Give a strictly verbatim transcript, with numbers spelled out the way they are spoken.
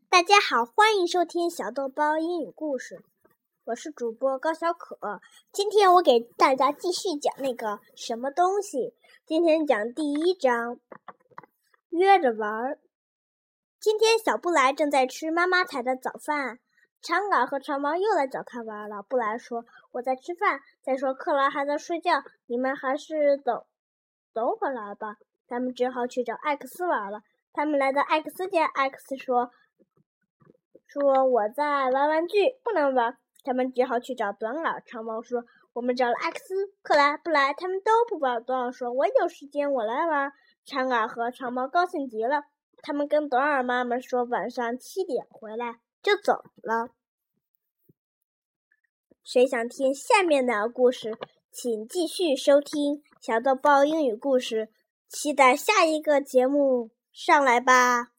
大家好，欢迎收听小豆包英语故事，我是主播高小可。今天我给大家继续讲那个什么东西。今天讲第一章，约着玩。今天小布莱正在吃妈妈采的早饭，长杆和长毛又来找他玩了。布莱说：“我在吃饭，再说克拉还在睡觉，你们还是等等会儿来吧。”他们只好去找艾克斯玩了。他们来到艾克斯家，艾克斯说。说我在玩玩具，不能玩。他们只好去找短耳。长毛说：“我们找了艾克斯、克莱、布莱，他们都不玩。”短耳说：“我有时间，我来玩。”长耳和长毛高兴极了。他们跟短耳妈妈说晚上七点回来，就走了。谁想听下面的故事？请继续收听小豆包英语故事，期待下一个节目上来吧。